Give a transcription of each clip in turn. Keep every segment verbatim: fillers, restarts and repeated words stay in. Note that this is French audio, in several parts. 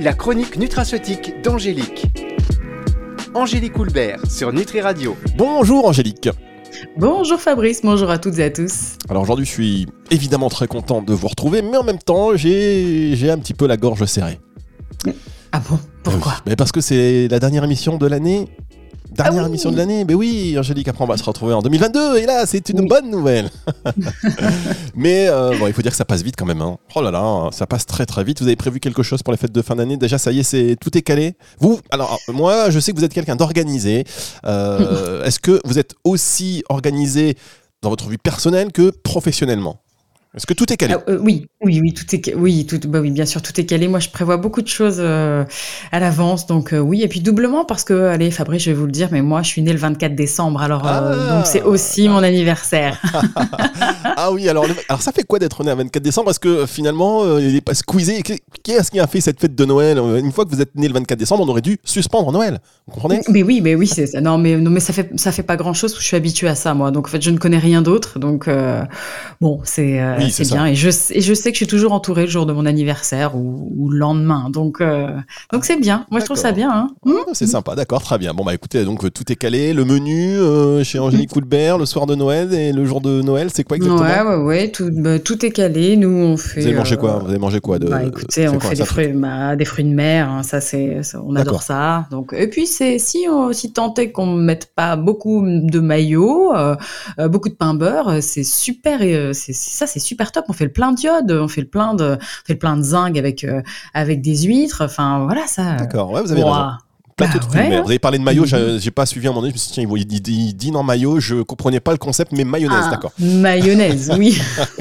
La chronique nutraceutique d'Angélique. Angélique Houlbert sur Nutri Radio. Bonjour Angélique. Bonjour Fabrice, bonjour à toutes et à tous. Alors aujourd'hui je suis évidemment très content de vous retrouver, mais en même temps j'ai, j'ai un petit peu la gorge serrée. Ah bon, pourquoi ? Oui, mais parce que c'est la dernière émission de l'année. Dernière ah oui. émission de l'année, mais oui, Angélique, après on va se retrouver en deux mille vingt-deux, et là c'est une oui. bonne nouvelle. Mais euh, bon, il faut dire que ça passe vite quand même. Hein. Oh là là, ça passe très très vite. Vous avez prévu quelque chose pour les fêtes de fin d'année ? Déjà, ça y est, c'est, tout est calé. Vous, alors moi, je sais que vous êtes quelqu'un d'organisé. Euh, est-ce que vous êtes aussi organisé dans votre vie personnelle que professionnellement ? Est-ce que tout est calé ? ah, euh, Oui, oui, oui, tout est, oui, tout, bah oui, bien sûr, tout est calé. Moi, je prévois beaucoup de choses euh, à l'avance, donc euh, oui, et puis doublement parce que, allez, Fabrice, je vais vous le dire, mais moi, je suis née le vingt-quatre décembre, alors ah, euh, donc c'est aussi ah. mon anniversaire. Ah oui, alors, alors ça fait quoi d'être né le vingt-quatre décembre ? Est-ce que finalement, euh, il n'est pas squeezé ? Qui est-ce qui a fait cette fête de Noël ? Une fois que vous êtes né le vingt-quatre décembre, on aurait dû suspendre Noël. Vous comprenez ? Mais oui, mais oui, c'est ça. Non, mais non, mais ça fait ça fait pas grand-chose. Je suis habituée à ça, moi. Donc en fait, je ne connais rien d'autre. Donc euh, bon, c'est euh, oui, c'est, c'est bien. Et je et je sais que je suis toujours entourée le jour de mon anniversaire ou, ou le lendemain. Donc euh, donc c'est bien. Moi, d'accord. Je trouve ça bien. Hein. Mmh. C'est sympa. D'accord, très bien. Bon bah écoutez, donc tout est calé. Le menu euh, chez Angélique Houlbert, le soir de Noël et le jour de Noël, c'est quoi exactement ? Ouais, ouais, ouais. Tout, bah, tout est calé. Nous, on fait. Vous avez mangé euh, quoi ? Vous avez mangé quoi de... Bah écoutez, on quoi, fait ça, des fruits, bah, des fruits de mer. Hein, ça, c'est, ça, on d'accord. adore ça. Donc et puis c'est si on, si tant est qu'on mette pas beaucoup de maillot, euh, euh, beaucoup de pain beurre, c'est super. Euh, c'est, c'est ça, c'est super top. On fait le plein d'iode, on fait le plein de, on fait le plein de zinc avec euh, avec des huîtres. Enfin voilà ça. D'accord. Ouais, vous avez wow. raison. Plateau bah, de fruits ouais. de mer. Vous avez parlé de maillot, j'ai, j'ai pas suivi un moment donné, je me suis dit, tiens, il, il, il dîne en maillot, je comprenais pas le concept, mais mayonnaise, ah, d'accord. Mayonnaise, oui.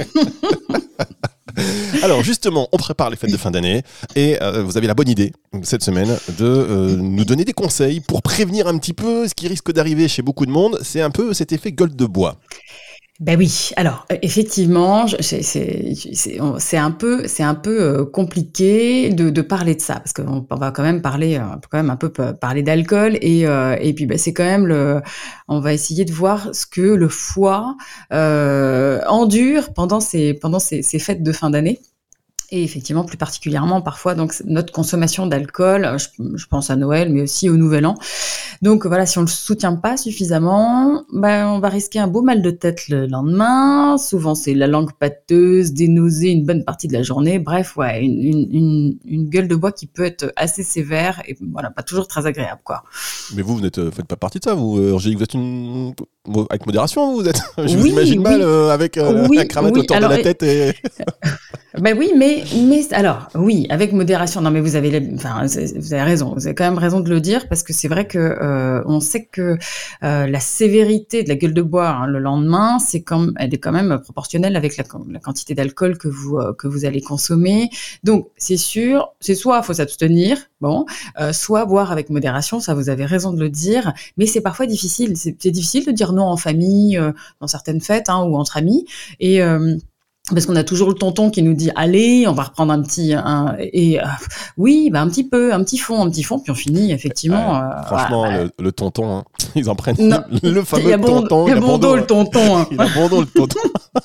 Alors justement, on prépare les fêtes de fin d'année et euh, vous avez la bonne idée cette semaine de euh, nous donner des conseils pour prévenir un petit peu ce qui risque d'arriver chez beaucoup de monde. C'est un peu cet effet gueule de bois. Ben oui, alors effectivement, c'est, c'est, c'est, c'est un peu, c'est un peu euh, compliqué de, de parler de ça parce qu'on on va quand même parler, on peut quand même un peu parler d'alcool et euh, et puis ben c'est quand même le, on va essayer de voir ce que le foie euh, endure pendant ces pendant ces, ces fêtes de fin d'année. Et effectivement, plus particulièrement, parfois, donc notre consommation d'alcool, je, je pense à Noël, mais aussi au Nouvel An. Donc voilà, si on ne le soutient pas suffisamment, ben, on va risquer un beau mal de tête le lendemain. Souvent, c'est la langue pâteuse, des nausées une bonne partie de la journée. Bref, ouais, une, une, une, une gueule de bois qui peut être assez sévère et voilà, pas toujours très agréable, quoi. Mais vous, vous ne faites pas partie de ça, vous, Angélique, vous êtes une... avec modération, vous êtes. Je oui, vous imagine oui. mal euh, avec euh, oui, la cravate oui. autour Alors, de la tête et... Ben oui, mais mais alors oui, avec modération. Non, mais vous avez, les, enfin, vous avez raison. Vous avez quand même raison de le dire parce que c'est vrai que euh, on sait que euh, la sévérité de la gueule de bois hein, le lendemain, c'est comme, elle est quand même proportionnelle avec la, la quantité d'alcool que vous euh, que vous allez consommer. Donc c'est sûr, c'est soit faut s'abstenir, bon, euh, soit boire avec modération. Ça, vous avez raison de le dire. Mais c'est parfois difficile. C'est, c'est difficile de dire non en famille, euh, dans certaines fêtes hein, ou entre amis et euh, parce qu'on a toujours le tonton qui nous dit allez, on va reprendre un petit un, et euh, oui, bah un petit peu, un petit fond, un petit fond, puis on finit effectivement. Euh, euh, franchement, bah, le, le tonton, hein, ils en prennent non, le fameux il bon, tonton. Il a bon dos le tonton. Hein. Il a bon dos le tonton.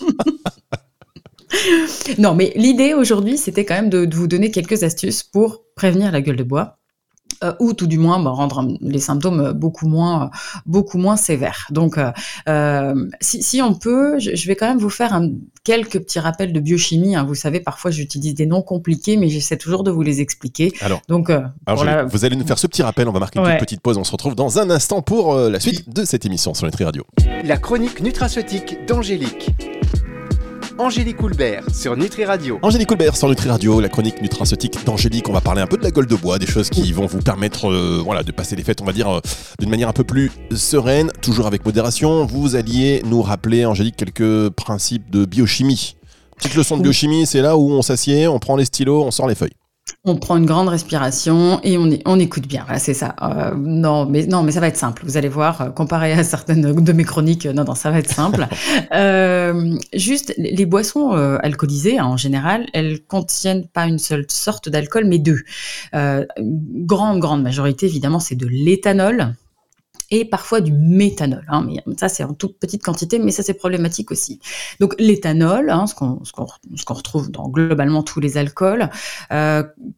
Non, mais l'idée aujourd'hui, c'était quand même de, de vous donner quelques astuces pour prévenir la gueule de bois. Euh, ou tout du moins bah, rendre les symptômes beaucoup moins beaucoup moins sévères. Donc euh, euh, si, si on peut, je, je vais quand même vous faire un, quelques petits rappels de biochimie. Hein. Vous savez, parfois j'utilise des noms compliqués, mais j'essaie toujours de vous les expliquer. Alors, Donc, euh, alors la... vous allez nous faire ce petit rappel. On va marquer une ouais. toute petite pause. On se retrouve dans un instant pour euh, la suite de cette émission sur Nutri Radio. La chronique nutraceutique d'Angélique. Angélique Houlbert sur Nutri Radio. Angélique Houlbert sur Nutri Radio, la chronique nutraceutique d'Angélique. On va parler un peu de la gueule de bois, des choses qui vont vous permettre euh, voilà, de passer les fêtes, on va dire, euh, d'une manière un peu plus sereine, toujours avec modération. Vous alliez nous rappeler, Angélique, quelques principes de biochimie. Petite leçon de biochimie, c'est là où on s'assied, on prend les stylos, on sort les feuilles. On prend une grande respiration et on, est, on écoute bien. Voilà, c'est ça. Euh, non, mais non, mais ça va être simple. Vous allez voir, euh, comparé à certaines de mes chroniques, non, non, ça va être simple. euh, juste, les boissons euh, alcoolisées, hein, en général, elles contiennent pas une seule sorte d'alcool, mais deux. Euh, grande, grande majorité, évidemment, c'est de l'éthanol. Et parfois du méthanol, hein, mais ça c'est en toute petite quantité, mais ça c'est problématique aussi. Donc l'éthanol, hein, ce qu'on, ce qu'on, ce qu'on retrouve dans globalement tous les alcools, euh,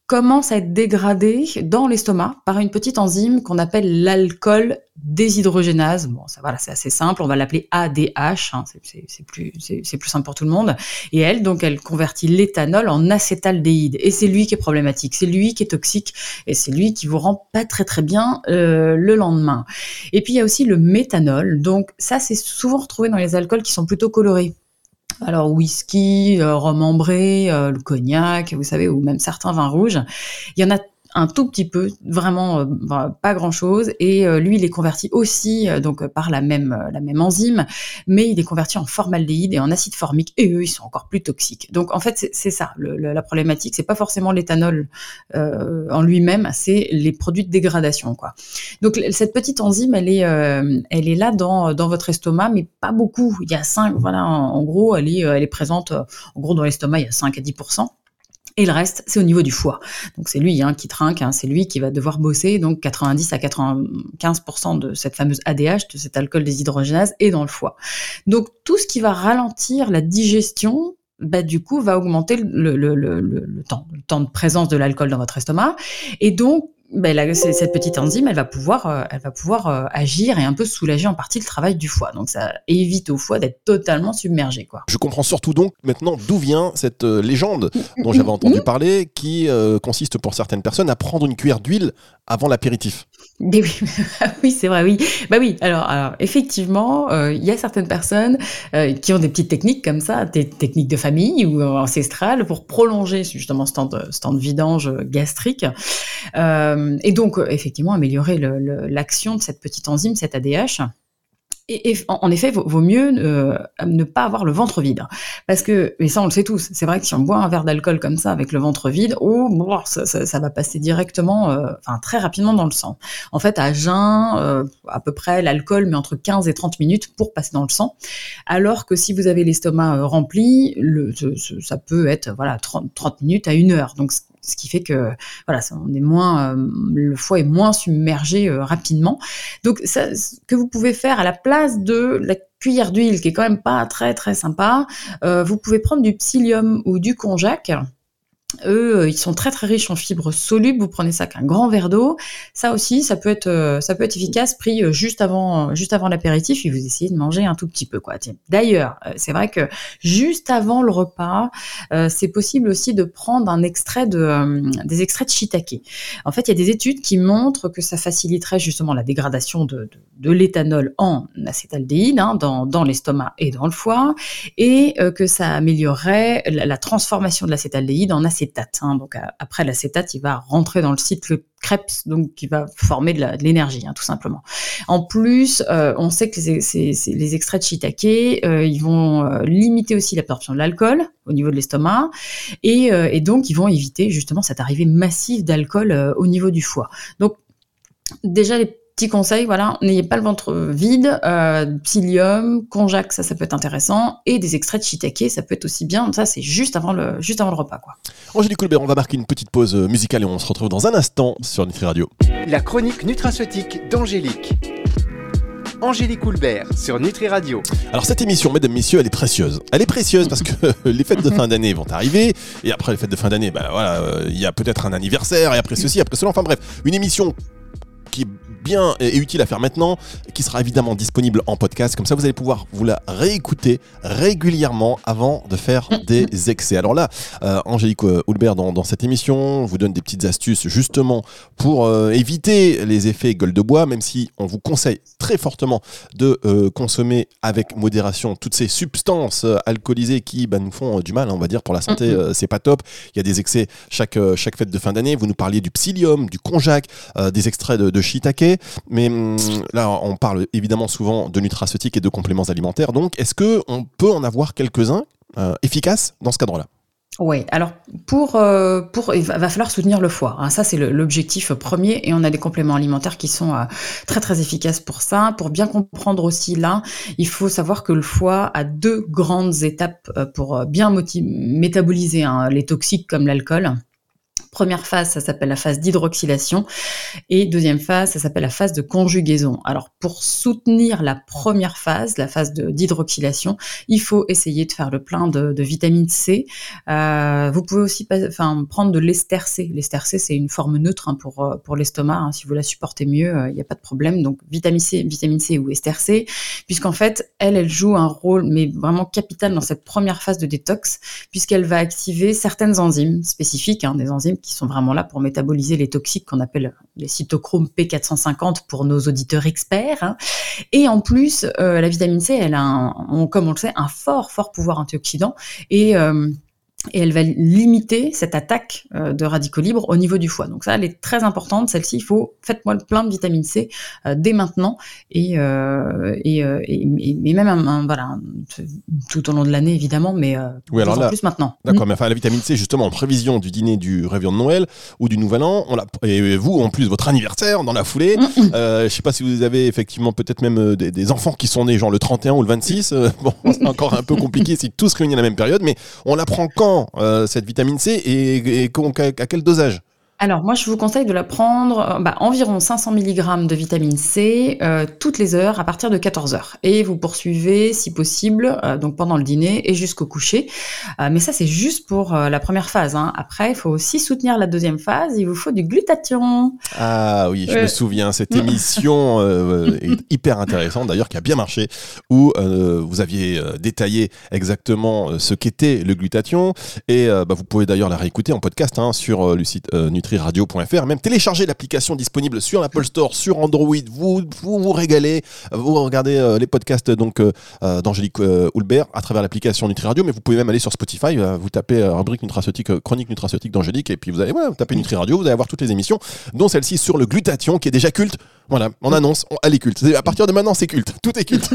commence à être dégradé dans l'estomac par une petite enzyme qu'on appelle l'alcool déshydrogénase. Bon, ça voilà, c'est assez simple, on va l'appeler A D H, hein, c'est, c'est, c'est, plus, c'est, c'est plus simple pour tout le monde. Et elle, donc, elle convertit l'éthanol en acétaldéhyde. Et c'est lui qui est problématique, c'est lui qui est toxique, et c'est lui qui vous rend pas très très bien euh, le lendemain. Et puis il y a aussi le méthanol, donc ça c'est souvent retrouvé dans les alcools qui sont plutôt colorés. Alors whisky, euh, rhum ambré, euh, le cognac, vous savez, ou même certains vins rouges. Il y en a un tout petit peu, vraiment euh, pas grand-chose, et euh, lui il est converti aussi euh, donc par la même euh, la même enzyme, mais il est converti en formaldéhyde et en acide formique, et eux ils sont encore plus toxiques. Donc en fait c'est, c'est ça le, le, la problématique, c'est pas forcément l'éthanol euh, en lui-même, c'est les produits de dégradation quoi. Donc cette petite enzyme elle est euh, elle est là dans dans votre estomac, mais pas beaucoup. Il y a cinq, voilà, en, en gros elle est elle est présente euh, en gros dans l'estomac il y a cinq à dix pour cent. Et le reste, c'est au niveau du foie. Donc c'est lui hein, qui trinque, hein, c'est lui qui va devoir bosser. Donc quatre-vingt-dix à quatre-vingt-quinze pour cent de cette fameuse A D H, de cet alcool déshydrogénase, est dans le foie. Donc tout ce qui va ralentir la digestion, bah, du coup, va augmenter le, le, le, le, le temps, le temps de présence de l'alcool dans votre estomac. Et donc, ben là, cette petite enzyme, elle va pouvoir, euh, elle va pouvoir euh, agir et un peu soulager en partie le travail du foie. Donc, ça évite au foie d'être totalement submergé, quoi. Je comprends surtout donc maintenant d'où vient cette euh, légende dont j'avais entendu parler, qui euh, consiste pour certaines personnes à prendre une cuillère d'huile avant l'apéritif. Mais oui, oui, c'est vrai, oui. Bah oui. Alors, alors effectivement, euh, il y a certaines personnes euh, qui ont des petites techniques comme ça, des techniques de famille ou euh, ancestrales pour prolonger justement ce temps de, ce temps de vidange gastrique. Euh, et donc, effectivement, améliorer le, le, l'action de cette petite enzyme, cette A D H. Et, et en effet, vaut, vaut mieux euh, ne pas avoir le ventre vide. Parce que, mais ça on le sait tous, c'est vrai que si on boit un verre d'alcool comme ça avec le ventre vide, oh, bon, ça, ça, ça va passer directement, euh, enfin très rapidement dans le sang. En fait, à jeun, euh, à peu près, l'alcool met entre quinze et trente minutes pour passer dans le sang. Alors que si vous avez l'estomac euh, rempli, le, ce, ce, ça peut être voilà trente, trente minutes à une heure. Donc ce qui fait que voilà, on est moins, euh, le foie est moins submergé euh, rapidement. Donc, ça, ce que vous pouvez faire à la place de la cuillère d'huile, qui est quand même pas très très sympa, euh, vous pouvez prendre du psyllium ou du konjac. Eux, ils sont très très riches en fibres solubles. Vous prenez ça qu'un grand verre d'eau. Ça aussi, ça peut être, ça peut être efficace pris juste avant, juste avant l'apéritif. Et vous essayez de manger un tout petit peu, quoi. D'ailleurs, c'est vrai que juste avant le repas, euh, c'est possible aussi de prendre un extrait de, euh, des extraits de shiitake. En fait, il y a des études qui montrent que ça faciliterait justement la dégradation de, de, de l'éthanol en acétaldéhyde hein, dans, dans l'estomac et dans le foie, et euh, que ça améliorerait la, la transformation de l'acétaldéhyde en acétate. Hein. Donc après l'acétate, il va rentrer dans le cycle Krebs, donc qui va former de, la, de l'énergie, hein, tout simplement. En plus, euh, on sait que les, ces, ces, les extraits de shiitake, euh, ils vont euh, limiter aussi l'absorption de l'alcool au niveau de l'estomac, et, euh, et donc ils vont éviter justement cette arrivée massive d'alcool euh, au niveau du foie. Donc déjà les petit conseil, voilà, n'ayez pas le ventre vide, euh, psyllium, konjac, ça, ça peut être intéressant, et des extraits de shiitake, ça peut être aussi bien. Ça, c'est juste avant le, juste avant le repas, quoi. Angélique Coulbert, on va marquer une petite pause musicale et on se retrouve dans un instant sur Nutri Radio. La chronique nutraceutique d'Angélique. Angélique Coulbert sur Nutri Radio. Alors cette émission, mesdames, messieurs, elle est précieuse. Elle est précieuse parce que les fêtes de fin d'année vont arriver, et après les fêtes de fin d'année, ben voilà, il euh, y a peut-être un anniversaire, et après ceci, après cela, enfin bref, une émission qui est bien et utile à faire maintenant, qui sera évidemment disponible en podcast. Comme ça, vous allez pouvoir vous la réécouter régulièrement avant de faire des excès. Alors là, euh, Angélique Coulbert, dans, dans cette émission, vous donne des petites astuces justement pour euh, éviter les effets gueule de bois, même si on vous conseille très fortement de euh, consommer avec modération toutes ces substances euh, alcoolisées qui bah, nous font euh, du mal, hein, on va dire, pour la santé. Euh, c'est pas top. Il y a des excès chaque, euh, chaque fête de fin d'année. Vous nous parliez du psyllium, du konjac, euh, des extraits de, de shiitake. Mais hum, là, on parle évidemment souvent de nutraceutiques et de compléments alimentaires. Donc, est-ce qu'on peut en avoir quelques-uns euh, efficaces dans ce cadre-là ? Oui, alors pour, euh, pour, il va, va falloir soutenir le foie. Hein. Ça, c'est le, l'objectif premier, et on a des compléments alimentaires qui sont euh, très très efficaces pour ça. Pour bien comprendre aussi là, il faut savoir que le foie a deux grandes étapes euh, pour bien moti- métaboliser hein, les toxiques comme l'alcool. Première phase, ça s'appelle la phase d'hydroxylation et deuxième phase, ça s'appelle la phase de conjugaison. Alors pour soutenir la première phase, la phase de, d'hydroxylation, il faut essayer de faire le plein de, de vitamine C. Euh, vous pouvez aussi enfin, prendre de l'ester C. L'ester C, c'est une forme neutre hein, pour, pour l'estomac. Hein. Si vous la supportez mieux, il euh, n'y a pas de problème. Donc vitamine C, vitamine C ou ester C, puisqu'en fait, elle, elle joue un rôle mais vraiment capital dans cette première phase de détox, puisqu'elle va activer certaines enzymes spécifiques, hein, des enzymes qui sont vraiment là pour métaboliser les toxiques qu'on appelle les cytochromes P quatre cent cinquante pour nos auditeurs experts. Hein. Et en plus, euh, la vitamine C, elle a, un, on, comme on le sait, un fort, fort pouvoir antioxydant et euh, et elle va limiter cette attaque euh, de radicaux libres au niveau du foie. Donc ça, elle est très importante. Celle-ci, il faut faites-moi le plein de vitamine C euh, dès maintenant et euh, et, euh, et, et même un, un, voilà un, tout au long de l'année évidemment, mais euh, oui, alors en là, plus maintenant. D'accord, mmh. mais enfin la vitamine C justement en prévision du dîner du réveillon de Noël ou du Nouvel An, on l'a, et vous en plus votre anniversaire dans la foulée. Mmh. Euh, je sais pas si vous avez effectivement peut-être même des, des enfants qui sont nés genre le trente et un ou le vingt-six. Euh, bon, c'est encore un peu compliqué si tous réunis à la même période, mais on la prend quand Euh, cette vitamine C et, et, et à quel dosage? Alors moi, je vous conseille de la prendre bah, environ cinq cents milligrammes de vitamine C euh, toutes les heures à partir de quatorze heures. Et vous poursuivez, si possible, euh, donc pendant le dîner et jusqu'au coucher. Euh, mais ça, c'est juste pour euh, la première phase. Hein. Après, il faut aussi soutenir la deuxième phase. Il vous faut du glutathion. Ah oui, je euh... me souviens. Cette émission euh, est hyper intéressante, d'ailleurs, qui a bien marché, où euh, vous aviez euh, détaillé exactement ce qu'était le glutathion. Et euh, bah, vous pouvez d'ailleurs la réécouter en podcast hein, sur euh, le site euh, Nutri radio point f r, même télécharger l'application disponible sur l'Apple Store, sur Android, vous vous, vous régalez, vous regardez euh, les podcasts donc euh, d'Angélique euh, Houlbert à travers l'application Nutri Radio, mais vous pouvez même aller sur Spotify, euh, vous tapez euh, rubrique nutraceutique, euh, chronique nutraceutique d'Angélique, et puis vous allez ouais, vous tapez Nutri Radio, vous allez avoir toutes les émissions, dont celle-ci sur le glutathion qui est déjà culte. Voilà, on annonce, on, elle est culte. À partir de maintenant, c'est culte, tout est culte.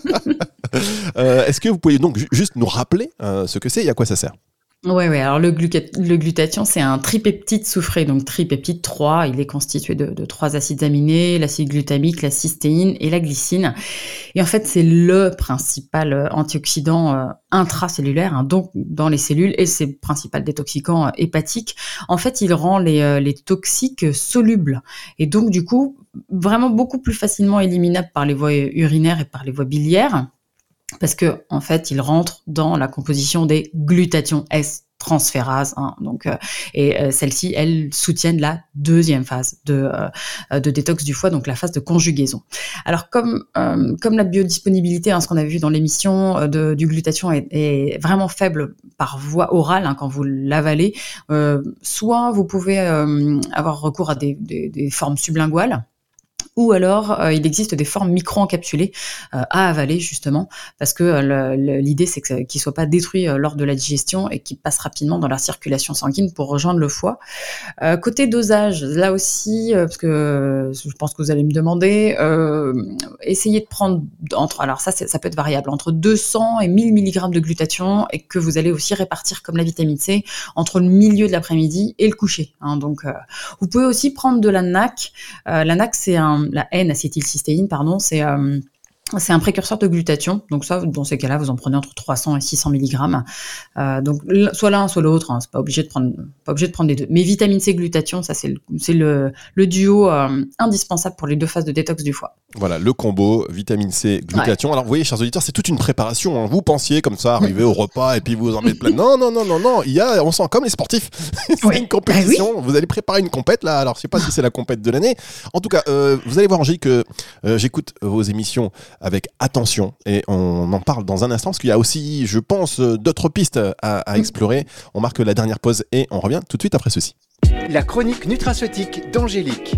euh, est-ce que vous pouvez donc ju- juste nous rappeler euh, ce que c'est et à quoi ça sert? Ouais, ouais. Alors le, glucat- le glutathion, c'est un tripeptide soufré, donc tripeptide trois. Il est constitué de, de trois acides aminés, l'acide glutamique, la cystéine et la glycine. Et en fait, c'est le principal antioxydant euh, intracellulaire, hein, donc dans les cellules, et c'est le principal détoxicant euh, hépatique. En fait, il rend les, euh, les toxiques solubles, et donc du coup vraiment beaucoup plus facilement éliminables par les voies urinaires et par les voies biliaires. Parce que en fait, il rentre dans la composition des glutathion S transférases, hein, donc euh, et euh, celles-ci, elles soutiennent la deuxième phase de euh, de détox du foie, donc la phase de conjugaison. Alors comme euh, comme la biodisponibilité, hein, ce qu'on avait vu dans l'émission euh, de, du glutathion est, est vraiment faible par voie orale hein, quand vous l'avalez, euh, soit vous pouvez euh, avoir recours à des, des, des formes sublinguales. Ou alors, euh, il existe des formes micro-encapsulées euh, à avaler, justement, parce que euh, le, le, l'idée, c'est que ça, qu'ils ne soient pas détruits euh, lors de la digestion et qu'ils passent rapidement dans la circulation sanguine pour rejoindre le foie. Euh, côté dosage, là aussi, euh, parce que euh, je pense que vous allez me demander, euh, essayez de prendre, entre, alors ça, ça peut être variable, entre deux cents et mille milligrammes de glutathion et que vous allez aussi répartir, comme la vitamine C, entre le milieu de l'après-midi et le coucher. Hein, donc, euh, vous pouvez aussi prendre de la N A C. Euh, la N A C, c'est un la N-acétylcystéine, pardon, c'est, euh, c'est un précurseur de glutathion. Donc ça, dans ces cas-là, vous en prenez entre trois cents et six cents milligrammes. Euh, donc soit l'un, soit l'autre. Hein, c'est pas obligé de prendre, pas obligé de prendre les deux. Mais vitamine C, glutathion, ça c'est le, c'est le, le duo euh, indispensable pour les deux phases de détox du foie. Voilà, le combo vitamine C, glutathion. Ouais. Alors vous voyez, chers auditeurs, c'est toute une préparation. Hein. Vous pensiez comme ça, arriver au repas et puis vous en mettez plein. Non, non, non, non, non. Il y a, on sent comme les sportifs. c'est oui. une compétition. Ah, oui. Vous allez préparer une compète là. Alors je sais pas si c'est la compète de l'année. En tout cas, euh, vous allez voir, Angélique, que euh, j'écoute vos émissions avec attention et on en parle dans un instant parce qu'il y a aussi, je pense, d'autres pistes à, à explorer. On marque la dernière pause et on revient tout de suite après ceci. La chronique nutraceutique d'Angélique.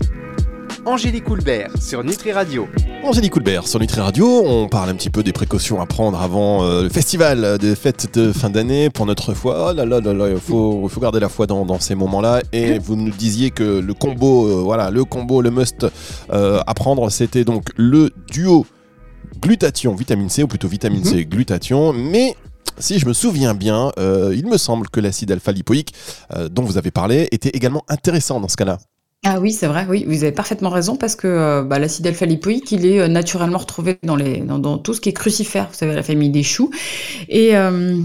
Angélique Houlbert sur Nutri Radio. Angélique Houlbert sur Nutri Radio, on parle un petit peu des précautions à prendre avant euh, le festival des fêtes de fin d'année pour notre foi. Oh là là là là, il faut, faut garder la foi dans, dans ces moments-là. Et vous nous disiez que le combo, euh, voilà, le combo, le must euh, à prendre, c'était donc le duo glutathion vitamine C, ou plutôt vitamine mm-hmm. C glutathion, mais si je me souviens bien, euh, il me semble que l'acide alpha-lipoïque euh, dont vous avez parlé était également intéressant dans ce cas-là. Ah oui, c'est vrai, oui, vous avez parfaitement raison parce que euh, bah, l'acide alpha-lipoïque, il est euh, naturellement retrouvé dans, les, dans, dans tout ce qui est crucifère, vous savez, la famille des choux. Et... Euh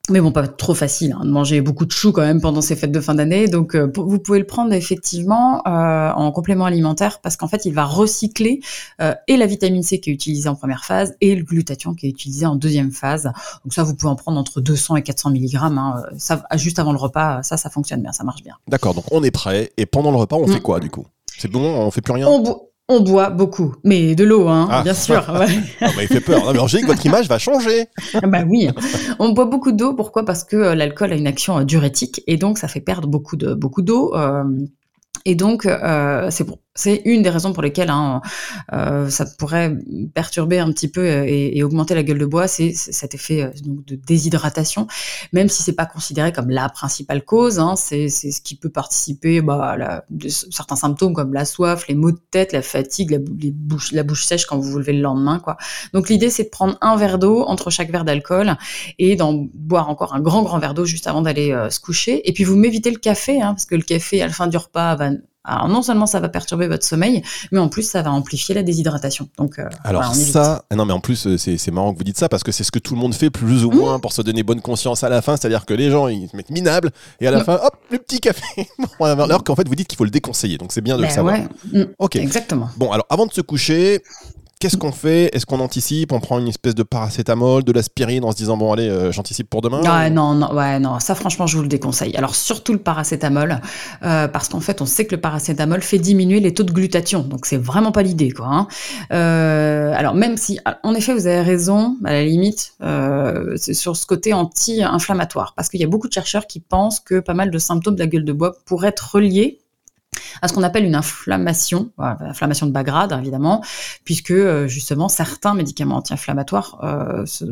Mais bon, pas trop facile hein, de manger beaucoup de choux quand même pendant ces fêtes de fin d'année. Donc, euh, vous pouvez le prendre effectivement euh, en complément alimentaire parce qu'en fait, il va recycler euh, et la vitamine C qui est utilisée en première phase et le glutathion qui est utilisé en deuxième phase. Donc ça, vous pouvez en prendre entre deux cents et quatre cents milligrammes. Hein. Ça, juste avant le repas, ça, ça fonctionne bien, ça marche bien. D'accord, donc on est prêt. Et pendant le repas, on mmh. fait quoi du coup ? C'est bon, on fait plus rien ? On bo- On boit beaucoup, mais de l'eau, hein, ah. bien sûr. Ouais. Ah bah, il fait peur. Non, mais Angélique, votre image va changer. Bah oui, on boit beaucoup d'eau. Pourquoi ? Parce que euh, l'alcool a une action euh, diurétique et donc ça fait perdre beaucoup de beaucoup d'eau. Euh, et donc euh, c'est bon. C'est une des raisons pour lesquelles hein, euh, ça pourrait perturber un petit peu et, et augmenter la gueule de bois, c'est, c'est cet effet euh, donc de déshydratation, même si c'est pas considéré comme la principale cause. Hein, c'est, c'est ce qui peut participer bah, à la, de certains symptômes comme la soif, les maux de tête, la fatigue, la, les bouches, la bouche sèche quand vous vous levez le lendemain, quoi. Donc l'idée c'est de prendre un verre d'eau entre chaque verre d'alcool et d'en boire encore un grand grand verre d'eau juste avant d'aller euh, se coucher. Et puis vous m'évitez le café, hein, parce que le café à la fin du repas va Alors non seulement ça va perturber votre sommeil, mais en plus ça va amplifier la déshydratation. Donc euh, alors voilà, ça, non mais en plus c'est, c'est marrant que vous dites ça parce que c'est ce que tout le monde fait plus ou moins mmh. pour se donner bonne conscience à la fin, c'est-à-dire que les gens ils se mettent minables et à la mmh. fin hop le petit café. Alors qu'en fait vous dites qu'il faut le déconseiller, donc c'est bien de ben le savoir. Ouais. Mmh. Ok. Exactement. Bon alors avant de se coucher. Qu'est-ce qu'on fait ? Est-ce qu'on anticipe ? On prend une espèce de paracétamol, de l'aspirine en se disant bon allez, euh, j'anticipe pour demain ? Ouais, non, non, ouais, non, ça franchement je vous le déconseille. Alors surtout le paracétamol, euh, parce qu'en fait on sait que le paracétamol fait diminuer les taux de glutathion, donc c'est vraiment pas l'idée quoi. Hein. Euh, alors même si, en effet vous avez raison, à la limite, euh, c'est sur ce côté anti-inflammatoire, parce qu'il y a beaucoup de chercheurs qui pensent que pas mal de symptômes de la gueule de bois pourraient être reliés à ce qu'on appelle une inflammation, voilà, inflammation de bas grade évidemment, puisque euh, justement certains médicaments anti-inflammatoires euh, se,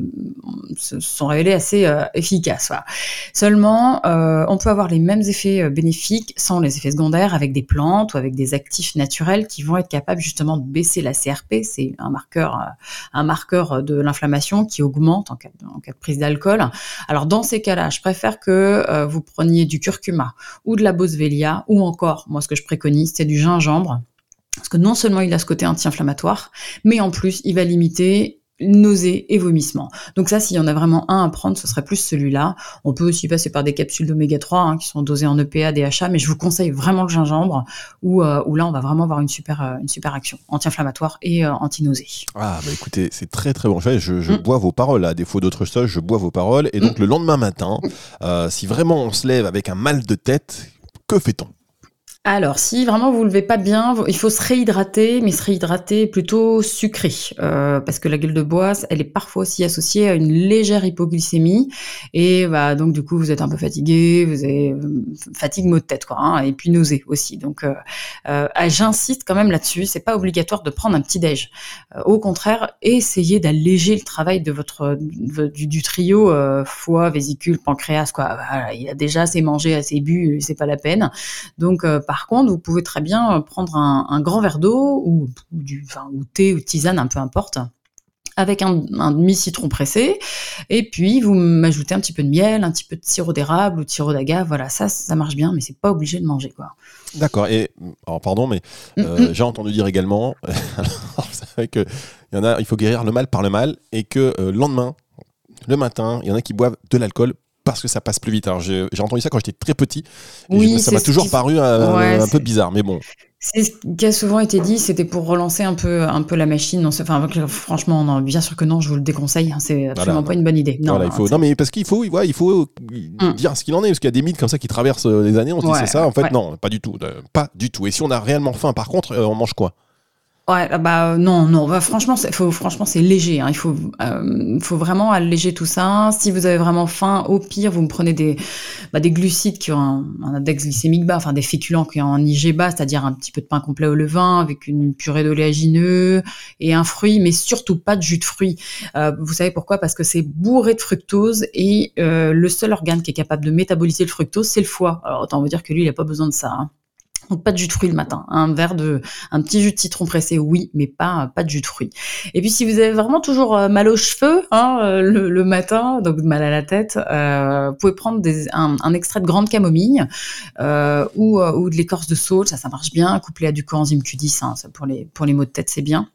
se sont révélés assez euh, efficaces. Voilà. Seulement, euh, on peut avoir les mêmes effets euh, bénéfiques sans les effets secondaires avec des plantes ou avec des actifs naturels qui vont être capables justement de baisser la C R P, c'est un marqueur, euh, un marqueur de l'inflammation qui augmente en cas de, en cas de prise d'alcool. Alors dans ces cas-là, je préfère que euh, vous preniez du curcuma ou de la boswellia ou encore, moi ce que je préconise, c'est du gingembre, parce que non seulement il a ce côté anti-inflammatoire, mais en plus, il va limiter nausées et vomissements. Donc ça, s'il y en a vraiment un à prendre, ce serait plus celui-là. On peut aussi passer par des capsules d'oméga trois hein, qui sont dosées en E P A, D H A, mais je vous conseille vraiment le gingembre, où, euh, où là, on va vraiment avoir une super, euh, une super action anti-inflammatoire et euh, anti-nausée. Ah bah écoutez, c'est très très bon. Je, je mm. bois vos paroles, à défaut d'autre chose, je bois vos paroles. Et donc mm. le lendemain matin, euh, si vraiment on se lève avec un mal de tête, que fait-on ? Alors, si vraiment vous ne levez pas bien, il faut se réhydrater, mais se réhydrater plutôt sucré, euh, parce que la gueule de bois, elle est parfois aussi associée à une légère hypoglycémie, et bah donc du coup vous êtes un peu fatigué, vous avez fatigue, maux de tête, quoi, hein, et puis nausée aussi. Donc, euh, euh, j'insiste quand même là-dessus, c'est pas obligatoire de prendre un petit déj. Euh, au contraire, essayez d'alléger le travail de votre du, du trio euh, foie, vésicule, pancréas, quoi. Voilà, il a déjà assez mangé, assez bu, c'est pas la peine. Donc euh, Par contre, vous pouvez très bien prendre un, un grand verre d'eau ou, ou, du, enfin, ou thé ou tisane, un peu importe, avec un, un demi-citron pressé, et puis vous m'ajoutez un petit peu de miel, un petit peu de sirop d'érable ou de sirop d'agave, voilà, ça, ça marche bien, mais c'est pas obligé de manger, quoi. D'accord, et, alors pardon, mais euh, mm-hmm. j'ai entendu dire également, alors, vous savez que il y en a, il faut guérir le mal par le mal, et que euh, le lendemain, le matin, il y en a qui boivent de l'alcool parce que ça passe plus vite. Alors j'ai, j'ai entendu ça quand j'étais très petit, et oui, je, ça m'a toujours paru un, ouais, un peu bizarre, mais bon. C'est ce qui a souvent été dit, c'était pour relancer un peu, un peu la machine. Non, enfin, franchement, non, bien sûr que non, je vous le déconseille. Hein, c'est absolument voilà, pas une bonne idée. Non, voilà, il faut, non, mais parce qu'il faut, ouais, il faut mm. dire ce qu'il en est, parce qu'il y a des mythes comme ça qui traversent les années. On se dit ouais, c'est ça, en fait, ouais. non, pas du tout, pas du tout. Et si on a réellement faim, par contre, on mange quoi ? Ouais, bah non, non. Bah, franchement, c'est, faut, franchement, c'est léger. Hein. Il faut, euh, faut vraiment alléger tout ça. Si vous avez vraiment faim, au pire, vous me prenez des, bah, des glucides qui ont un, un index glycémique bas, enfin des féculents qui ont un I G bas, c'est-à-dire un petit peu de pain complet au levain avec une purée d'oléagineux et un fruit, mais surtout pas de jus de fruits. Euh, vous savez pourquoi ? Parce que c'est bourré de fructose et euh, le seul organe qui est capable de métaboliser le fructose, c'est le foie. Alors autant vous dire que lui, il a pas besoin de ça. Hein. Donc pas de jus de fruits le matin, un verre de, un petit jus de citron pressé, oui, mais pas pas de jus de fruits. Et puis si vous avez vraiment toujours mal aux cheveux hein, le, le matin, donc mal à la tête, euh, vous pouvez prendre des, un, un extrait de grande camomille euh, ou, ou de l'écorce de saule, ça ça marche bien, couplé à du coenzyme Q dix, hein, ça pour les pour les maux de tête c'est bien.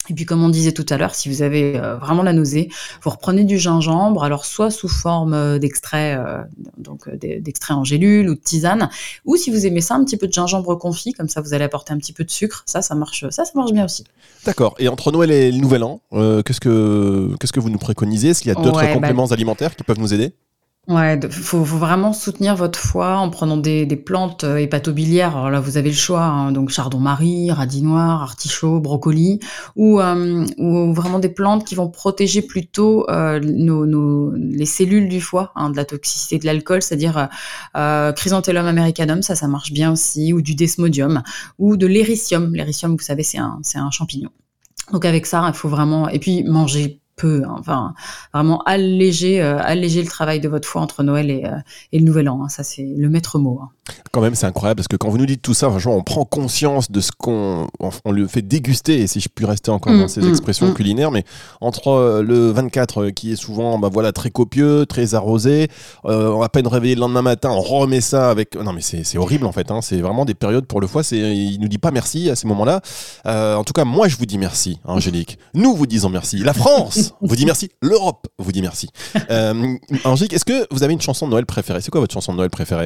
Et puis, comme on disait tout à l'heure, si vous avez euh, vraiment la nausée, vous reprenez du gingembre, alors soit sous forme euh, d'extrait, euh, donc euh, d'extrait en gélule ou de tisane, ou si vous aimez ça, un petit peu de gingembre confit, comme ça vous allez apporter un petit peu de sucre. Ça, ça marche, ça, ça marche bien aussi. D'accord. Et entre Noël et le Nouvel An, euh, qu'est-ce que qu'est-ce que vous nous préconisez? Est-ce qu'il y a d'autres Ouais, compléments bah, alimentaires qui peuvent nous aider? Ouais, il faut, faut vraiment soutenir votre foie en prenant des, des plantes euh, hépatobiliaires. Alors là, vous avez le choix, hein, donc chardon-marie, radis noir, artichaut, brocoli, ou, euh, ou vraiment des plantes qui vont protéger plutôt euh, nos, nos, les cellules du foie, hein, de la toxicité de l'alcool, c'est-à-dire euh, chrysanthellum americanum, ça, ça marche bien aussi, ou du desmodium, ou de l'éricium. L'éricium, vous savez, c'est un, c'est un champignon. Donc avec ça, il faut vraiment, et puis manger peu, hein, enfin vraiment alléger, euh, alléger le travail de votre foie entre Noël et, euh, et le Nouvel An. Hein, ça c'est le maître mot. Hein. Quand même, c'est incroyable parce que quand vous nous dites tout ça, franchement, on prend conscience de ce qu'on on le fait déguster. Et si je puis rester encore mmh, dans ces mmh, expressions mmh. culinaires, mais entre le vingt-quatre qui est souvent, bah voilà, très copieux, très arrosé, euh, on va à peine réveillé le lendemain matin, on remet ça avec. Non, mais c'est, c'est horrible en fait. Hein. C'est vraiment des périodes pour le foie. C'est, il nous dit pas merci à ces moments-là. Euh, en tout cas, moi, je vous dis merci, Angélique. Nous vous disons merci. La France vous dit merci. L'Europe vous dit merci. Euh, Angélique, est-ce que vous avez une chanson de Noël préférée? C'est quoi votre chanson de Noël préférée?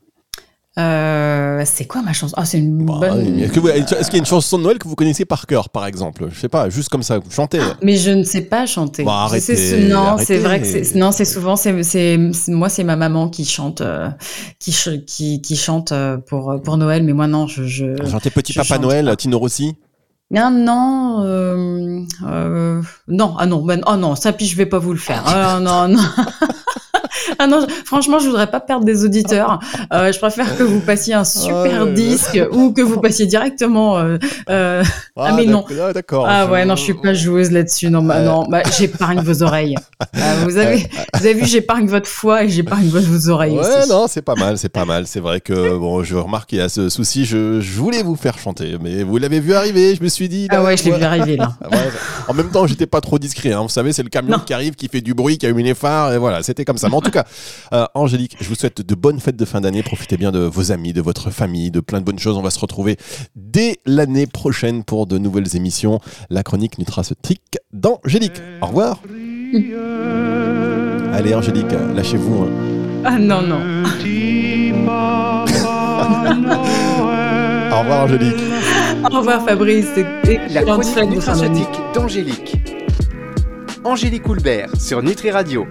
Euh, c'est quoi ma chanson? Ah, c'est une bah, bonne. Est-ce, que vous, est-ce qu'il y a une chanson de Noël que vous connaissez par cœur, par exemple? Je sais pas, juste comme ça, vous chantez. Mais je ne sais pas chanter. Bah, arrêtez, c'est, non, arrêtez. c'est vrai que c'est, non, c'est souvent, c'est, c'est, c'est, moi, c'est ma maman qui chante, euh, qui, qui, qui chante pour, pour Noël, mais moi, non, je, je. Chantez Petit Papa Noël, pas. Tino Rossi? Non, non, euh, euh, non, ah non, ben, oh non, ça, puis je vais pas vous le faire. Ah, non, non. Ah non, franchement, je voudrais pas perdre des auditeurs. Euh, je préfère que vous passiez un super ah, disque euh... ou que vous passiez directement. Euh, euh... Ah, ah mais non. Ah, d'accord. Ah je... ouais, non, je suis pas joueuse là-dessus. Non, bah, euh... non, bah, j'épargne vos oreilles. Euh, vous avez, vous avez vu, j'épargne votre foie et j'épargne vos oreilles ouais, aussi. non, c'est pas mal, c'est pas mal. C'est vrai que bon, je remarque qu'il y a ce souci. Je, je voulais vous faire chanter, mais vous l'avez vu arriver. Je me suis dit. Là, ah ouais, je l'ai ouais. vu arriver là. Ouais, en même temps, j'étais pas trop discret. Hein. Vous savez, c'est le camion non. qui arrive, qui fait du bruit, qui allume les phares, et voilà, c'était comme ça. Mais en tout cas. Euh, Angélique, je vous souhaite de bonnes fêtes de fin d'année. Profitez bien de vos amis, de votre famille, de plein de bonnes choses. On va se retrouver dès l'année prochaine pour de nouvelles émissions. La chronique nutraceutique d'Angélique. Au revoir. Allez, Angélique, lâchez-vous. Hein. Ah non, non. Au revoir, Angélique. Au revoir, Fabrice. La chronique nutraceutique d'Angélique. Angélique Houlbert sur Nutri Radio.